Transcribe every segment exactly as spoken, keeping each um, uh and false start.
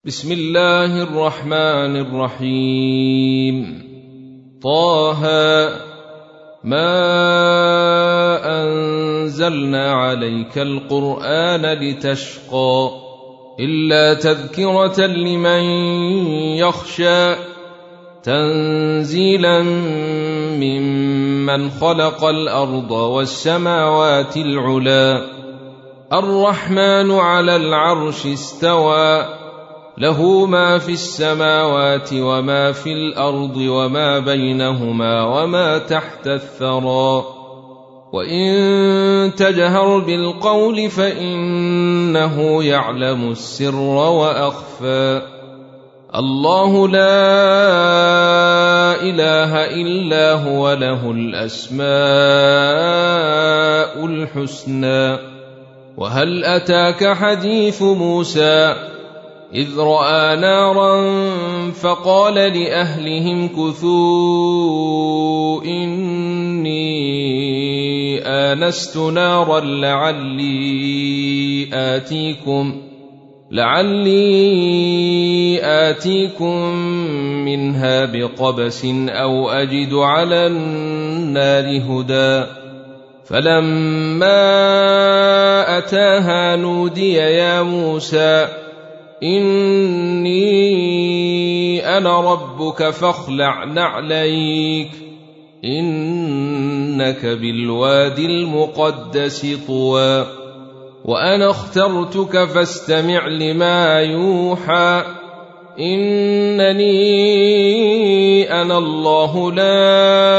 بسم الله الرحمن الرحيم. طه ما أنزلنا عليك القرآن لتشقى إلا تذكرة لمن يخشى تنزيلا ممن خلق الأرض والسماوات العلى الرحمن على العرش استوى له ما في السماوات وما في الأرض وما بينهما وما تحت الثرى وإن تجهر بالقول فإنه يعلم السر وأخفى الله لا إله إلا هو له الأسماء الحسنى. وهل أتاك حديث موسى إذ رأى نارا فقال لأهلهم كثوا إني آنست نارا لعلي آتيكم لعلي آتيكم منها بقبس أو أجد على النار هدى فلما أتاها نودي يا موسى إني أنا ربك فاخلع نعليك إنك بالوادي المقدس طوى وأنا اخترتك فاستمع لما يوحى إنني أنا الله لا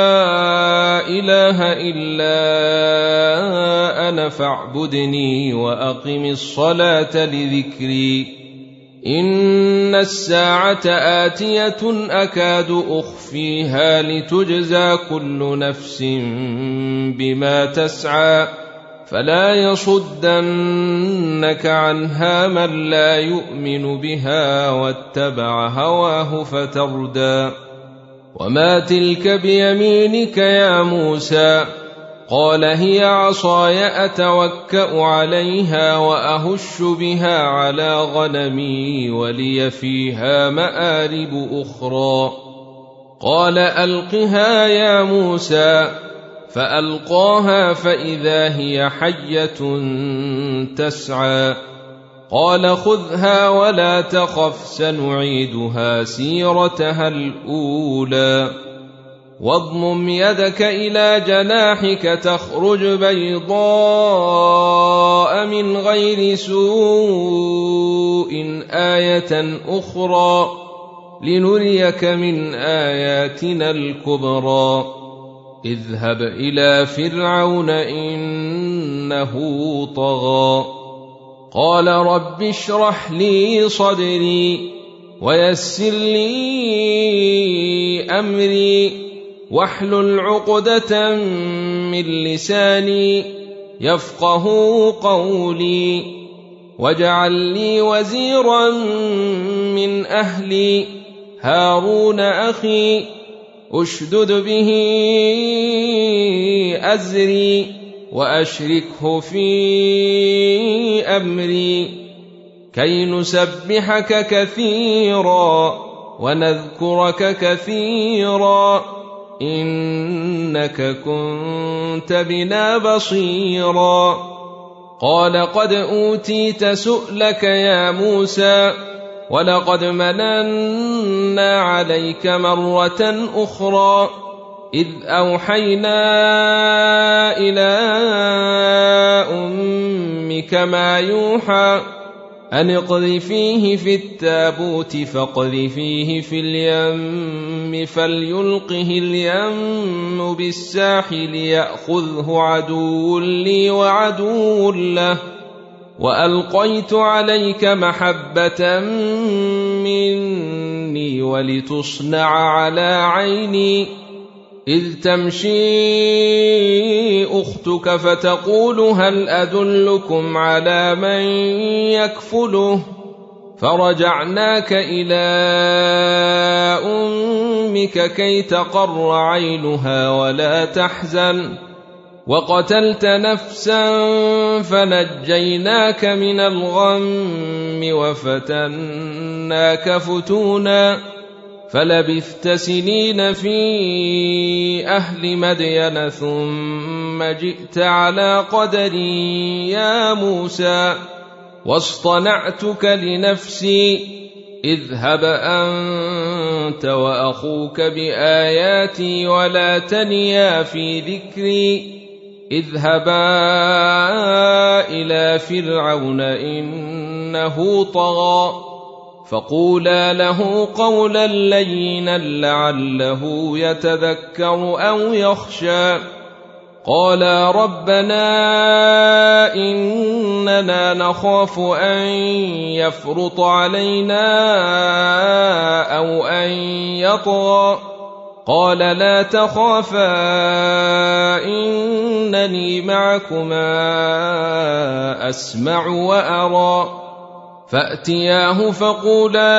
إله إلا أنا فاعبدني وأقم الصلاة لذكري إن الساعة آتية أكاد أخفيها لتجزى كل نفس بما تسعى فلا يصدنك عنها من لا يؤمن بها واتبع هواه فتردى وما تلك بيمينك يا موسى قال هي عصاي أتوكأ عليها وأهش بها على غنمي ولي فيها مآرب أخرى قال ألقها يا موسى فألقاها فإذا هي حية تسعى قال خذها ولا تخف سنعيدها سيرتها الأولى واضمم يدك إلى جناحك تخرج بيضاء من غير سوء آية أخرى لنريك من آياتنا الكبرى اذهب إلى فرعون إنه طغى قال رب اشرح لي صدري ويسر لي أمري واحلل عقدة من لساني يفقه قولي واجعل لي وزيرا من أهلي هارون أخي أشدد به أزري وأشركه في أمري كي نسبحك كثيرا ونذكرك كثيرا إنك كنت بنا بصيرا قال قد أوتيت سؤلك يا موسى ولقد مننا عليك مرة أخرى إذ أوحينا إلى أمك ما يوحى أن اقذفيه في التابوت فاقذفيه في اليم فليلقه اليم بالساحل يأخذه عدو لي وعدو له وألقيت عليك محبة مني ولتصنع على عيني إذ تمشي أختك فتقول هل أدلكم على من يكفله فرجعناك إلى أمك كي تقر عينها ولا تحزن وقتلت نفسا فنجيناك من الغم وفتناك فتونا فلبثت سنين في أهل مدين ثم جئت على قدري يا موسى واصطنعتك لنفسي اذهب أنت وأخوك بآياتي ولا تنيا في ذكري اذهبا إلى فرعون إنه طغى فقولا له قولا لينا لعله يتذكر أو يخشى قالا ربنا إننا نخاف أن يفرط علينا أو أن يطغى قال لا تخافا إنني معكما أسمع وأرى فأتياه فقولا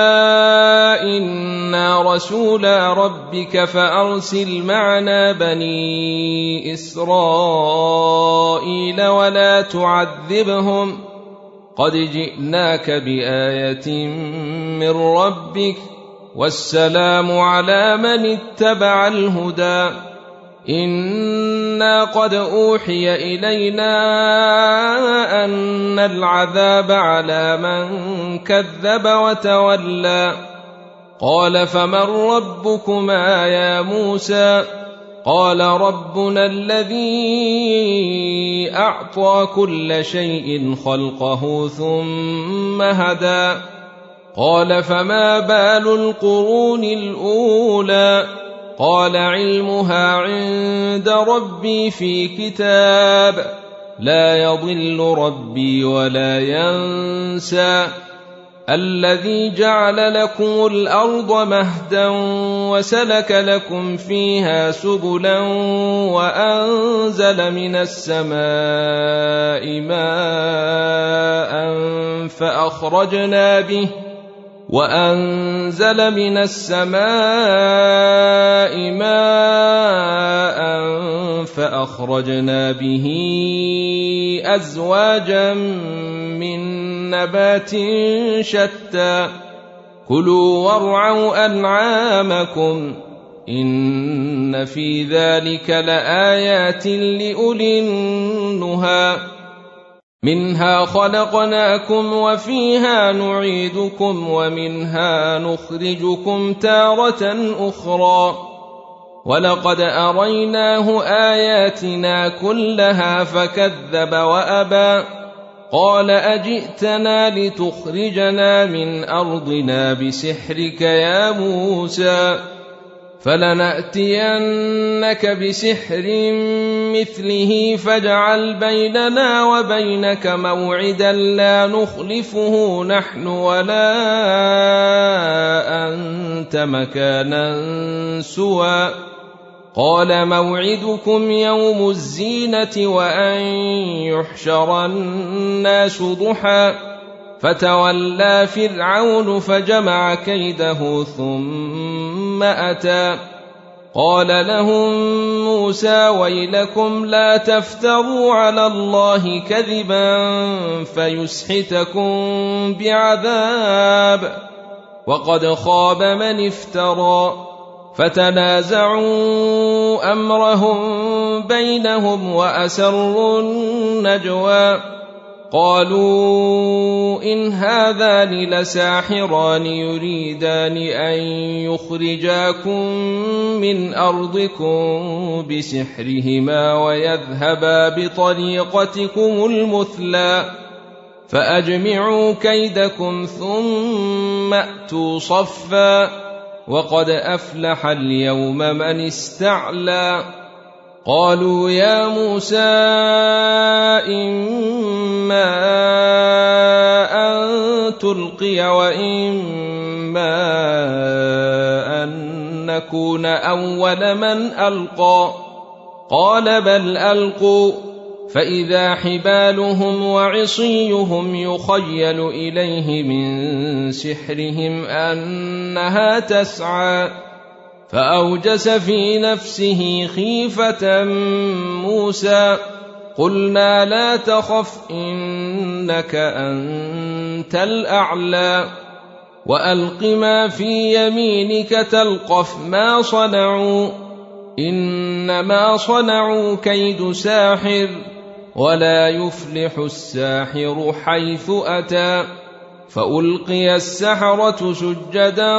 إنا رسولا ربك فأرسل معنا بني إسرائيل ولا تعذبهم قد جئناك بآية من ربك والسلام على من اتبع الهدى إنا قد أوحي إلينا أن العذاب على من كذب وتولى قال فمن ربكما يا موسى قال ربنا الذي أعطى كل شيء خلقه ثم هدى قال فما بال القرون الأولى قال علمها عند ربي في كتاب لا يضل ربي ولا ينسى الذي جعل لكم الأرض مهدا وسلك لكم فيها سبلا وأنزل من السماء ماء فأخرجنا به وأنزل من السماء ماء فأخرجنا به أزواجا من نبات شتى كلوا وارعوا أنعامكم إن في ذلك لآيات لأولي النهى منها خلقناكم وفيها نعيدكم ومنها نخرجكم تارة أخرى ولقد أريناه آياتنا كلها فكذب وأبى قال أجئتنا لتخرجنا من أرضنا بسحرك يا موسى فلنأتينك بسحر مثله فاجعل بيننا وبينك موعدا لا نخلفه نحن ولا أنت مكانا سوى قال موعدكم يوم الزينة وأن يحشر الناس ضحى فتولى فرعون فجمع كيده ثم أتى قال لهم موسى ويلكم لا تفتروا على الله كذبا فيسحتكم بعذاب وقد خاب من افترى فتنازعوا أمرهم بينهم وأسروا النجوى قالوا إن هذان لساحران يريدان أن يخرجاكم من أرضكم بسحرهما ويذهبا بطريقتكم المثلى فأجمعوا كيدكم ثم أتوا صفا وقد أفلح اليوم من استعلى قالوا يا موسى إما أن تلقي وإما أن نكون أول من ألقى قال بل ألقوا فإذا حبالهم وعصيهم يخيل إليه من سحرهم أنها تسعى فأوجس في نفسه خيفة موسى قلنا لا تخف إنك أنت الأعلى وألق ما في يمينك تلقف ما صنعوا إنما صنعوا كيد ساحر ولا يفلح الساحر حيث أتى فألقي السحرة سجدا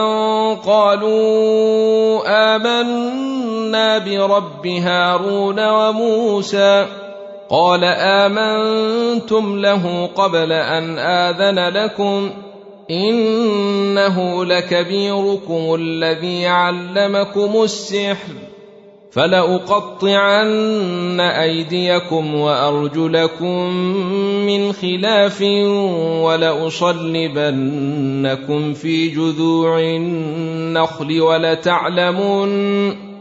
قالوا آمنا برب هارون وموسى قال آمنتم له قبل أن آذن لكم إنه لكبيركم الذي علمكم السحر فلأقطعن أيديكم وأرجلكم من خلاف ولأصلبنكم في جذوع النخل ولتعلمن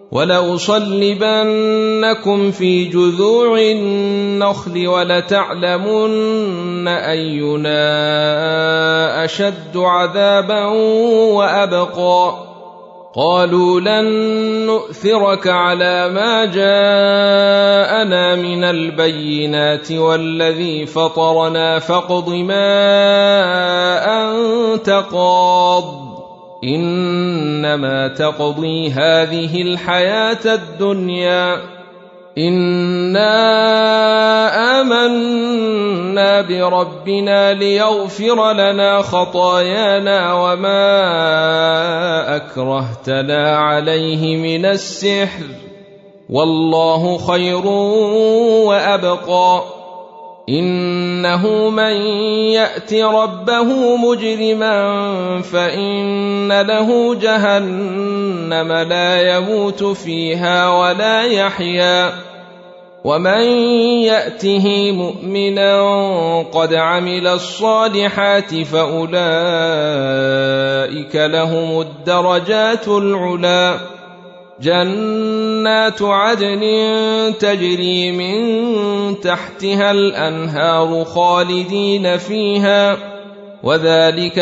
ولأصلبنكم في جذوع النخل ولتعلمن أينا أشد عذابا وأبقى قالوا لن نؤثرك على ما جاءنا من البينات والذي فطرنا فاقض ما أنت قاض إنما تقضي هذه الحياة الدنيا إنا آمنا بربنا ليغفر لنا خطايانا وما أكرهتنا عليه من السحر والله خير وأبقى إنه من يأت ربه مجرما فإن له جهنم لا يموت فيها ولا يحيا ومن يأته مؤمنا قد عمل الصالحات فأولئك لهم الدرجات العلى جنات عدن تجري من تحتها الأنهار خالدين فيها وذلك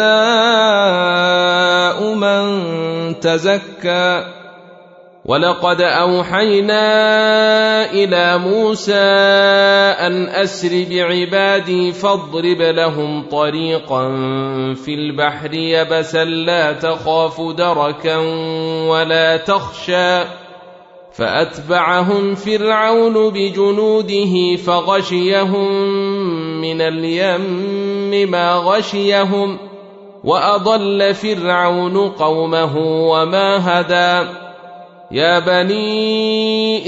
جزاء من تزكى ولقد أوحينا إلى موسى أن أسر بعبادي فاضرب لهم طريقا في البحر يبسا لا تخاف دركا ولا تخشى فأتبعهم فرعون بجنوده فغشيهم من اليم ما غشيهم وأضل فرعون قومه وما هدى يا بني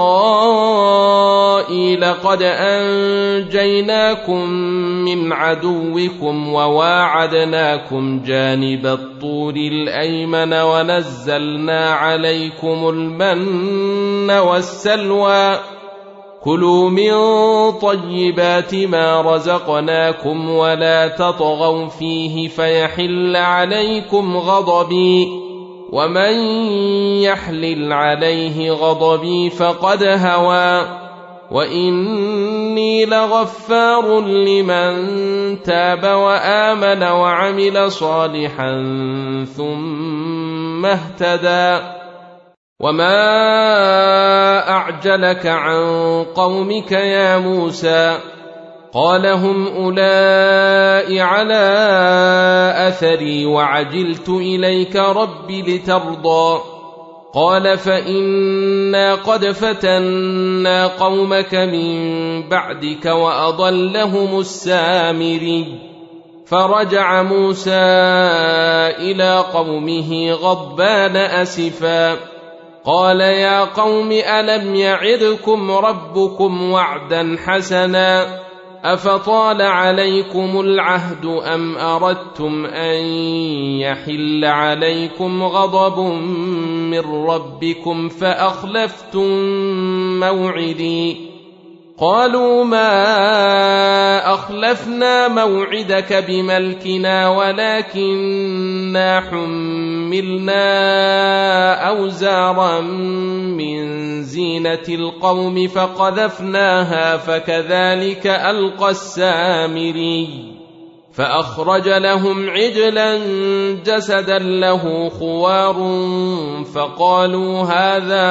إسرائيل قد أنجيناكم من عدوكم وواعدناكم جانب الطور الأيمن ونزلنا عليكم المن والسلوى كلوا من طيبات ما رزقناكم ولا تطغوا فيه فيحل عليكم غضبي ومن يحلل عليه غضبي فقد هوى وإني لغفار لمن تاب وآمن وعمل صالحا ثم اهتدى وما أعجلك عن قومك يا موسى قال هم أولئك على أثري وعجلت إليك رب لترضى قال فإنا قد فتنا قومك من بعدك وأضلهم السامري فرجع موسى إلى قومه غضبان أسفا قال يا قوم ألم يعدكم ربكم وعدا حسنا أفطال عليكم العهد أم أردتم أن يحل عليكم غضب من ربكم فأخلفتم موعدي قالوا ما أخلفنا موعدك بملكنا ولكننا حملنا أوزارا من زينة القوم فقذفناها فكذلك ألقى السامري فأخرج لهم عجلا جسدا له خوار فقالوا هذا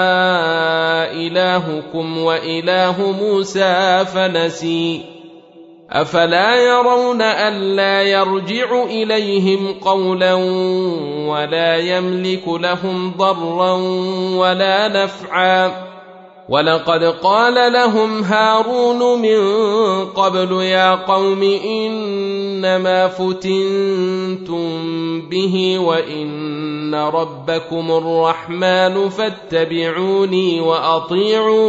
إلهكم وإله موسى فنسي أفلا يرون ألا يرجع إليهم قولا ولا يملك لهم ضرا ولا نفعا ولقد قال لهم هارون من قبل يا قوم إنما فتنتم به وإن ربكم الرحمن فاتبعوني وأطيعوا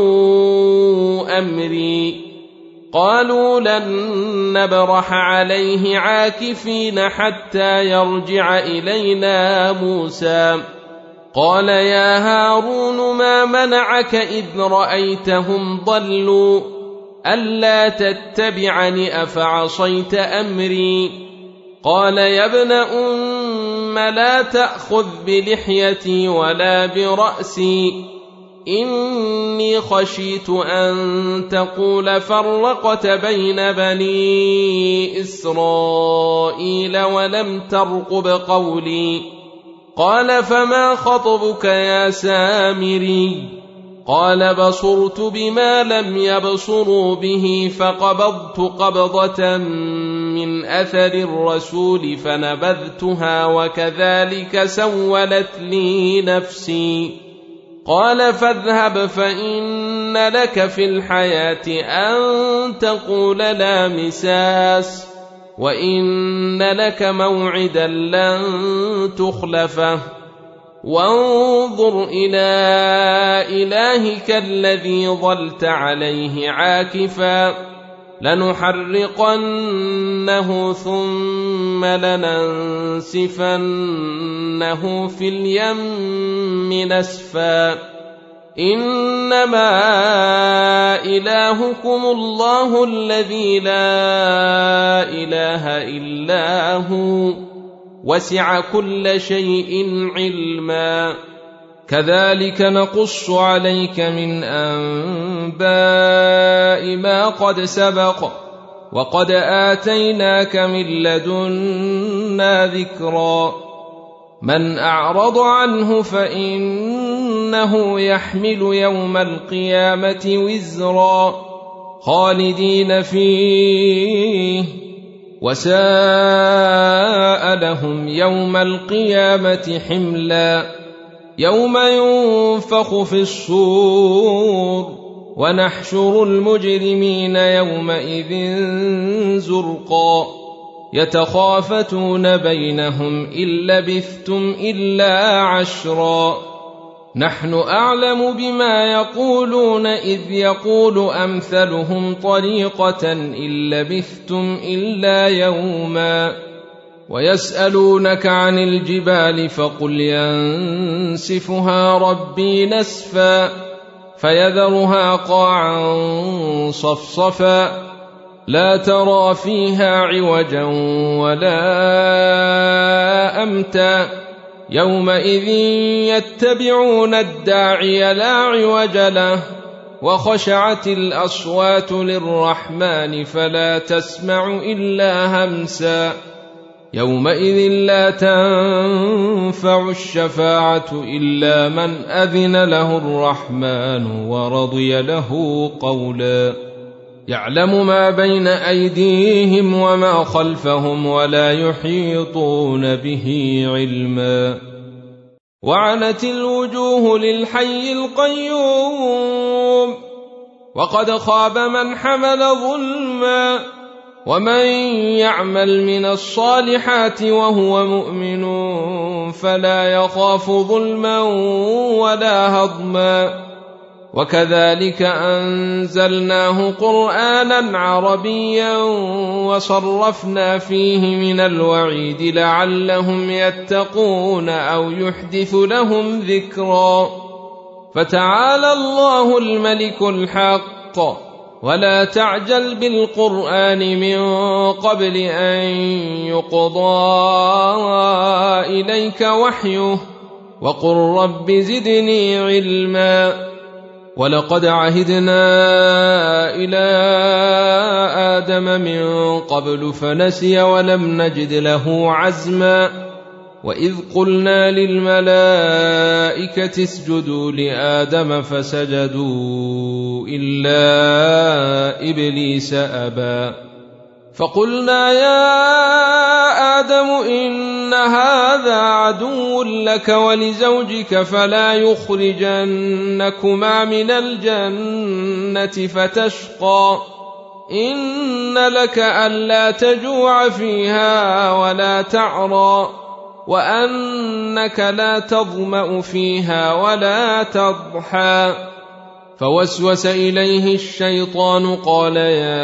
أمري قالوا لن نبرح عليه عاكفين حتى يرجع إلينا موسى قال يا هارون ما منعك إذ رأيتهم ضلوا ألا تتبعني أفعصيت أمري قال يا ابن أم لا تأخذ بلحيتي ولا برأسي إني خشيت أن تقول فرقت بين بني إسرائيل ولم ترقب قولي قال فما خطبك يا سامري قال بصرت بما لم يبصروا به فقبضت قبضة من أثر الرسول فنبذتها وكذلك سولت لي نفسي قال فاذهب فإن لك في الحياة أن تقول لا مساس وإن لك موعدا لن تخلفه وانظر إلى إلهك الذي ظلت عليه عاكفا لنحرقنه ثم لننسفنه في اليم نسفا إنما إلهكم الله الذي لا إله إلا هو وسع كل شيء علما كذلك نقص عليك من أنباء ما قد سبق وقد آتيناك من لدنا ذكرا من أعرض عنه فإنه يحمل يوم القيامة وزرا خالدين فيه وساء لهم يوم القيامة حملا يوم ينفخ في الصور ونحشر المجرمين يومئذ زرقا يتخافتون بينهم إن لبثتم إلا عشرا نحن أعلم بما يقولون إذ يقول أمثلهم طريقة إن لبثتم إلا يوما ويسألونك عن الجبال فقل ينسفها ربي نسفا فيذرها قاعا صفصفا لا ترى فيها عوجا ولا أمتا يومئذ يتبعون الداعي لا عوج له وخشعت الأصوات للرحمن فلا تسمع إلا همسا يومئذ لا تنفع الشفاعة إلا من أذن له الرحمن ورضي له قولا يعلم ما بين أيديهم وما خلفهم ولا يحيطون به علما وعنت الوجوه للحي القيوم وقد خاب من حمل ظلما ومن يعمل من الصالحات وهو مؤمن فلا يخاف ظلما ولا هضما وكذلك أنزلناه قرآنا عربيا وصرفنا فيه من الوعيد لعلهم يتقون أو يحدث لهم ذكرا فتعالى الله الملك الحق ولا تعجل بالقرآن من قبل أن يقضى إليك وحيه وقل رب زدني علما ولقد عهدنا إلى آدم من قبل فنسي ولم نجد له عزما وإذ قلنا للملائكة اسجدوا لآدم فسجدوا إلا إبليس أبى فقلنا يا آدم إن هذا عدو لك ولزوجك فلا يخرجنكما من الجنة فتشقى إن لك ألا تجوع فيها ولا تعرى وأنك لا تظمأ فيها ولا تضحى فوسوس إليه الشيطان قال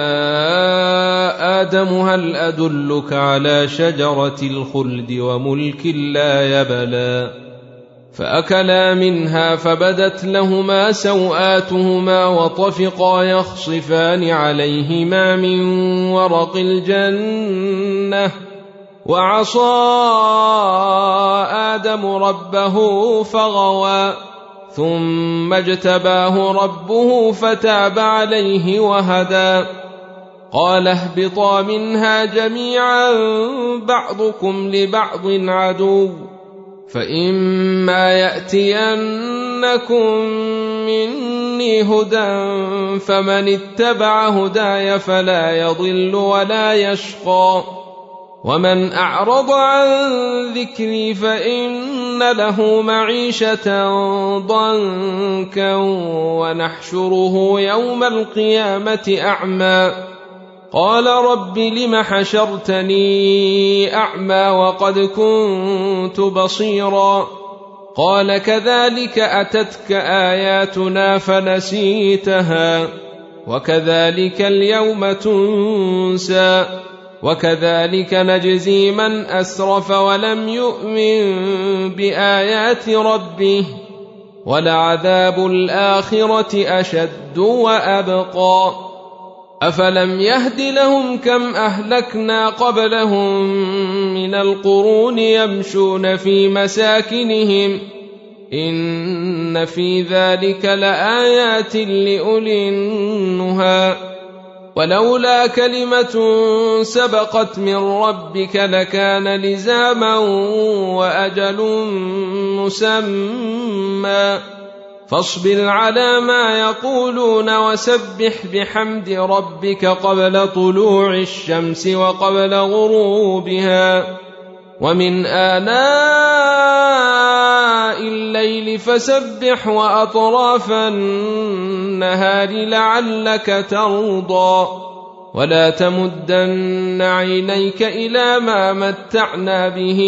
يا آدم هل أدلك على شجرة الخلد وملك لا يبلى فأكلا منها فبدت لهما سوآتهما وطفقا يخصفان عليهما من ورق الجنة وعصى آدم ربه فغوى ثم اجتباه ربه فتاب عليه وهدى قال اهبطا منها جميعا بعضكم لبعض عدو فإما يأتينكم مني هدى فمن اتبع هداي فلا يضل ولا يشقى ومن أعرض عن ذكري فإن له معيشة ضنكا ونحشره يوم القيامة أعمى قال رب لم حشرتني أعمى وقد كنت بصيرا قال كذلك أتتك آياتنا فنسيتها وكذلك اليوم تنسى وكذلك نجزي من أسرف ولم يؤمن بآيات ربه ولعذاب الآخرة أشد وأبقى أفلم يهد لهم كم أهلكنا قبلهم من القرون يمشون في مساكنهم إن في ذلك لآيات لأولي النهى ولولا كلمة سبقت من ربك لكان لزاما وأجل مسمى فاصبر على ما يقولون وسبح بحمد ربك قبل طلوع الشمس وقبل غروبها ومن آناء الليل فسبح وأطراف النهار لعلك ترضى ولا تمدن عينيك إلى ما متعنا به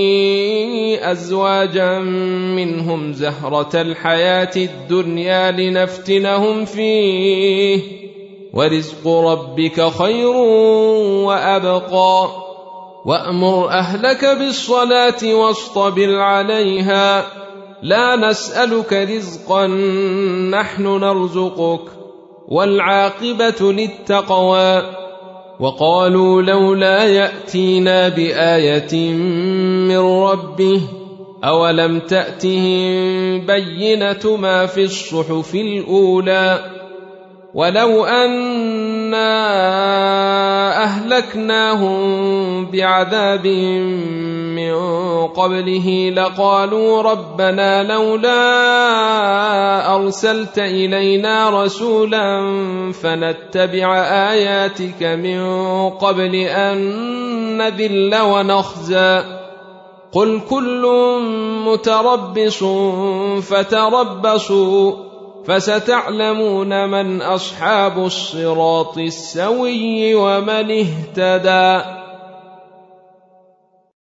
أزواجا منهم زهرة الحياة الدنيا لنفتنهم فيه ورزق ربك خير وأبقى وأمر أهلك بالصلاة واصطبر عليها لا نسألك رزقا نحن نرزقك والعاقبة للتقوى وقالوا لولا يأتينا بآية من ربه أولم تأتهم بينة ما في الصحف الأولى ولو أنا أهلكناهم بعذاب من قبله لقالوا ربنا لولا أرسلت إلينا رسولا فنتبع آياتك من قبل أن نذل ونخزى قل كل متربص فتربصوا فستعلمون من أصحاب الصراط السوي ومن اهتدى.